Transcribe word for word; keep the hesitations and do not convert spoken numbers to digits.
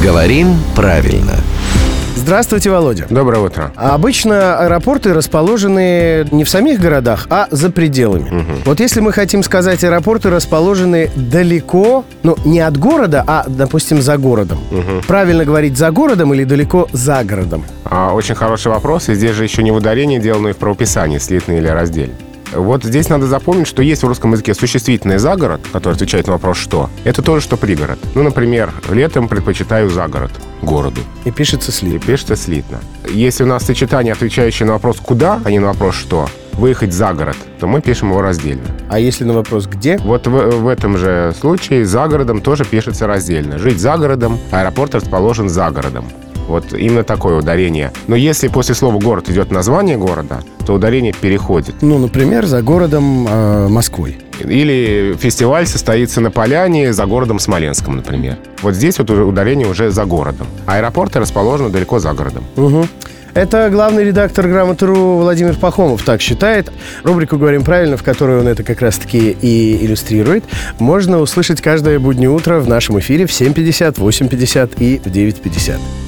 Говорим правильно. Здравствуйте, Володя. Доброе утро. Обычно аэропорты расположены не в самих городах, а за пределами. Угу. Вот если мы хотим сказать, аэропорты расположены далеко, ну, не от города, а, допустим, за городом. Угу. Правильно говорить за городом или далеко за городом? А, очень хороший вопрос. И здесь же еще не в ударении дело, но и в правописании, слитно или раздельно. Вот здесь надо запомнить, что есть в русском языке существительное «за город», которое отвечает на вопрос «что». Это то же, что «пригород». Ну, например, летом предпочитаю за город городу. И пишется И слитно. пишется слитно. Если у нас сочетание, отвечающее на вопрос «куда», а не на вопрос «что», выехать за город, то мы пишем его раздельно. А если на вопрос «где»? Вот в, в этом же случае за городом тоже пишется раздельно. Жить за городом, аэропорт расположен за городом. Вот именно такое ударение. Но если после слова «город» идет название города, то ударение переходит. Ну, например, за городом э, Москвой. Или фестиваль состоится на поляне за городом Смоленском, например. Вот здесь вот ударение уже за городом. Аэропорты расположены далеко за городом. Угу. Это главный редактор «Грамоты.ру» Владимир Пахомов так считает. Рубрику «Говорим правильно», в которой он это как раз-таки и иллюстрирует, можно услышать каждое буднее утро в нашем эфире в семь пятьдесят, восемь пятьдесят и в девять пятьдесят.